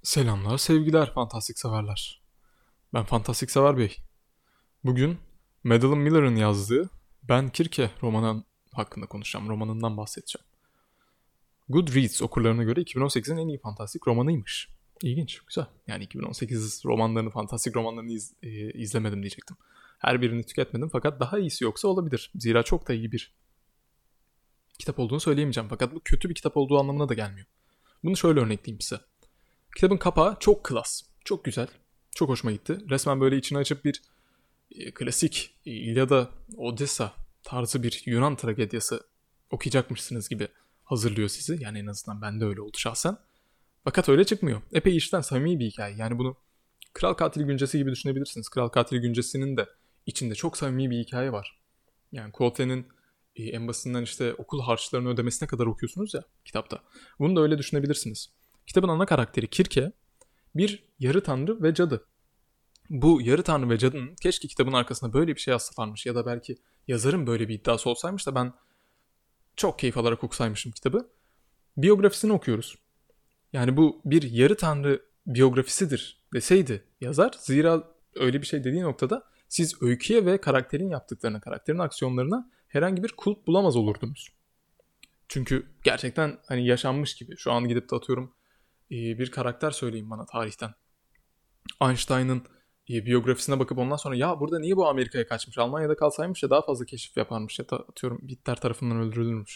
Selamlar, sevgiler fantastik severler. Ben fantastik sever bey. Bugün Madeline Miller'ın yazdığı Ben Kirke romanı hakkında konuşacağım. Romanından bahsedeceğim. Goodreads okurlarına göre 2018'in en iyi fantastik romanıymış. İlginç, güzel. Yani 2018 romanlarını, fantastik romanlarını izlemedim diyecektim. Her birini tüketmedim fakat daha iyisi yoksa olabilir. Zira çok da iyi bir kitap olduğunu söyleyemeyeceğim. Fakat bu kötü bir kitap olduğu anlamına da gelmiyor. Bunu şöyle örnekleyeyim size. Kitabın kapağı çok klas, çok güzel, çok hoşuma gitti. Resmen böyle içini açıp bir klasik İlyada, Odessa tarzı bir Yunan tragediyası okuyacakmışsınız gibi hazırlıyor sizi. Yani en azından bende öyle oldu şahsen. Fakat öyle çıkmıyor. Epey içten samimi bir hikaye. Yani bunu Kral Katili Güncesi gibi düşünebilirsiniz. Kral Katili Güncesi'nin de içinde çok samimi bir hikaye var. Yani Coate'nin en basitinden işte okul harçlarını ödemesine kadar okuyorsunuz ya kitapta. Bunu da öyle düşünebilirsiniz. Kitabın ana karakteri Kirke bir yarı tanrı ve cadı. Bu yarı tanrı ve cadının keşke kitabın arkasında böyle bir şey yazsalarmış ya da belki yazarın böyle bir iddiası olsaymış da ben çok keyif alarak okusaymışım kitabı. Biyografisini okuyoruz. Yani bu bir yarı tanrı biyografisidir deseydi yazar. Zira öyle bir şey dediği noktada siz öyküye ve karakterin yaptıklarına, karakterin aksiyonlarına herhangi bir kulp bulamaz olurdunuz. Çünkü gerçekten hani yaşanmış gibi. Şu an gidip de atıyorum bir karakter söyleyeyim bana tarihten. Einstein'ın biyografisine bakıp ondan sonra ya burada niye bu Amerika'ya kaçmış? Almanya'da kalsaymış ya daha fazla keşif yaparmış ya da atıyorum Hitler tarafından öldürülürmüş.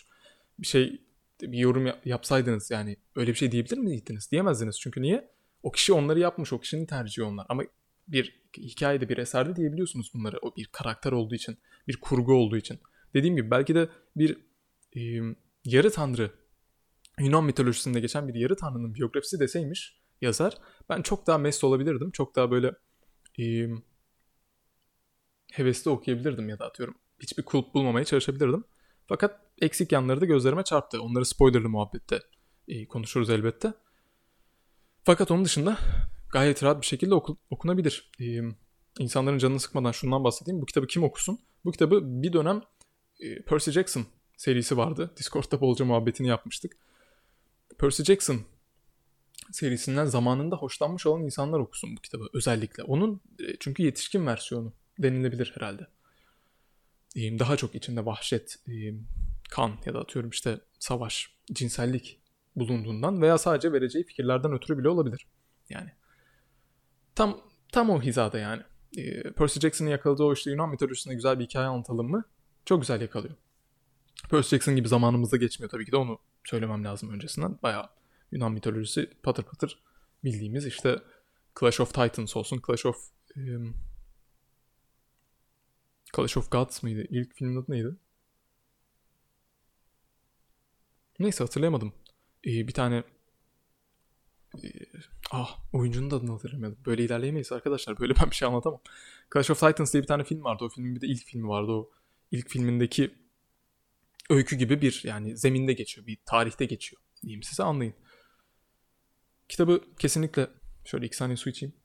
Bir yorum yapsaydınız yani öyle bir şey diyebilir miydiniz? Diyemezdiniz. Çünkü niye? O kişi onları yapmış. O kişinin tercihi onlar. Ama bir hikayede, bir eserde diyebiliyorsunuz bunları. O bir karakter olduğu için, bir kurgu olduğu için. Dediğim gibi belki de bir e, yarı tanrı, Yunan mitolojisinde geçen bir yarı tanrının biyografisi deseymiş yazar, ben çok daha mest olabilirdim. Çok daha böyle e, hevesli okuyabilirdim ya da atıyorum hiçbir kulp bulmamaya çalışabilirdim. Fakat eksik yanları da gözlerime çarptı. Onları spoilerlı muhabbette konuşuruz elbette. Fakat onun dışında gayet rahat bir şekilde okunabilir. İnsanların canını sıkmadan şundan bahsedeyim. Bu kitabı kim okusun? Bu kitabı bir dönem Percy Jackson serisi vardı. Discord'da bolca muhabbetini yapmıştık. Percy Jackson serisinden zamanında hoşlanmış olan insanlar okusun bu kitabı özellikle. Onun çünkü yetişkin versiyonu denilebilir herhalde. Daha çok içinde vahşet, kan ya da atıyorum işte savaş, cinsellik bulunduğundan veya sadece vereceği fikirlerden ötürü bile olabilir. Yani tam tam o hizada yani. Percy Jackson'ın yakaladığı o işte Yunan mitolojisinde güzel bir hikaye anlatalım mı? Çok güzel yakalıyor. Percy Jackson gibi zamanımızda geçmiyor tabii ki de onu söylemem lazım öncesinden. Bayağı Yunan mitolojisi patır patır bildiğimiz işte Clash of Titans olsun, Clash of Gods mıydı? İlk filmin adı neydi? Neyse hatırlayamadım. Bir tane oyuncunun da adını hatırlamıyorum. Böyle ilerleyemeyiz arkadaşlar. Böyle ben bir şey anlatamam. Clash of Titans diye bir tane film vardı. O filmin bir de ilk filmi vardı. O ilk filmindeki öykü gibi bir yani zeminde geçiyor. Bir tarihte geçiyor. Diyeyim size anlayın. Kitabı kesinlikle şöyle 2 saniye su içeyim.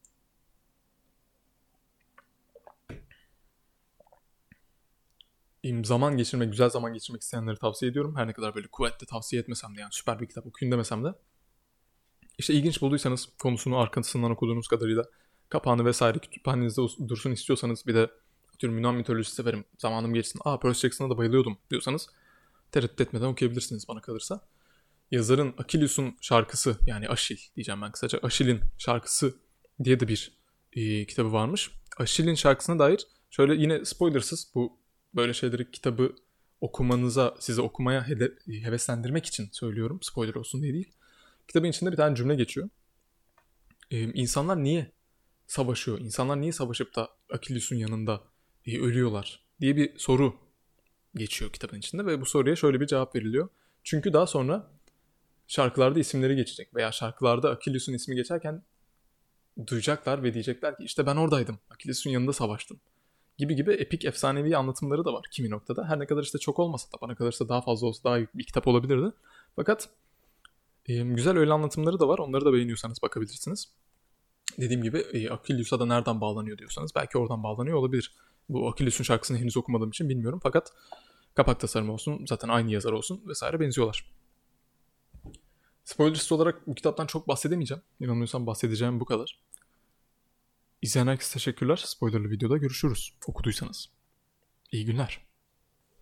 Zaman geçirmek, güzel zaman geçirmek isteyenleri tavsiye ediyorum. Her ne kadar böyle kuvvetle tavsiye etmesem de yani süper bir kitap okuyun demesem de. İşte ilginç bulduysanız konusunu arkasından okuduğunuz kadarıyla kapağını vesaire kütüphanenizde dursun istiyorsanız bir de atıyorum Yunan mitolojisi severim zamanım geçsin. Percy Jackson'a da bayılıyordum diyorsanız tereddüt etmeden okuyabilirsiniz bana kalırsa. Yazarın Achilleus'un şarkısı yani Aşil diyeceğim ben kısaca. Aşil'in şarkısı diye de bir kitabı varmış. Aşil'in şarkısına dair şöyle yine spoilersız bu böyle şeyleri kitabı okumanıza size okumaya heveslendirmek için söylüyorum. Spoiler olsun diye değil. Kitabın içinde bir tane cümle geçiyor. İnsanlar niye savaşıyor? İnsanlar niye savaşıp da Achilles'un yanında ölüyorlar diye bir soru geçiyor kitabın içinde ve bu soruya şöyle bir cevap veriliyor. Çünkü daha sonra şarkılarda isimleri geçecek veya şarkılarda Achilles'un ismi geçerken duyacaklar ve diyecekler ki işte ben oradaydım. Achilles'un yanında savaştım. Gibi gibi epik efsanevi anlatımları da var kimi noktada. Her ne kadar işte çok olmasa da bana kalırsa daha fazla olsa daha büyük bir kitap olabilirdi. Fakat güzel öyle anlatımları da var. Onları da beğeniyorsanız bakabilirsiniz. Dediğim gibi Achilleus'a da nereden bağlanıyor diyorsanız belki oradan bağlanıyor olabilir. Bu Achilleus'un şarkısını henüz okumadığım için bilmiyorum. Fakat kapak tasarımı olsun zaten aynı yazar olsun vesaire benziyorlar. Spoilersız olarak bu kitaptan çok bahsedemeyeceğim. İnanıyorsam bahsedeceğim bu kadar. İzleyen herkese teşekkürler. Spoilerlı videoda görüşürüz. Okuduysanız. İyi günler.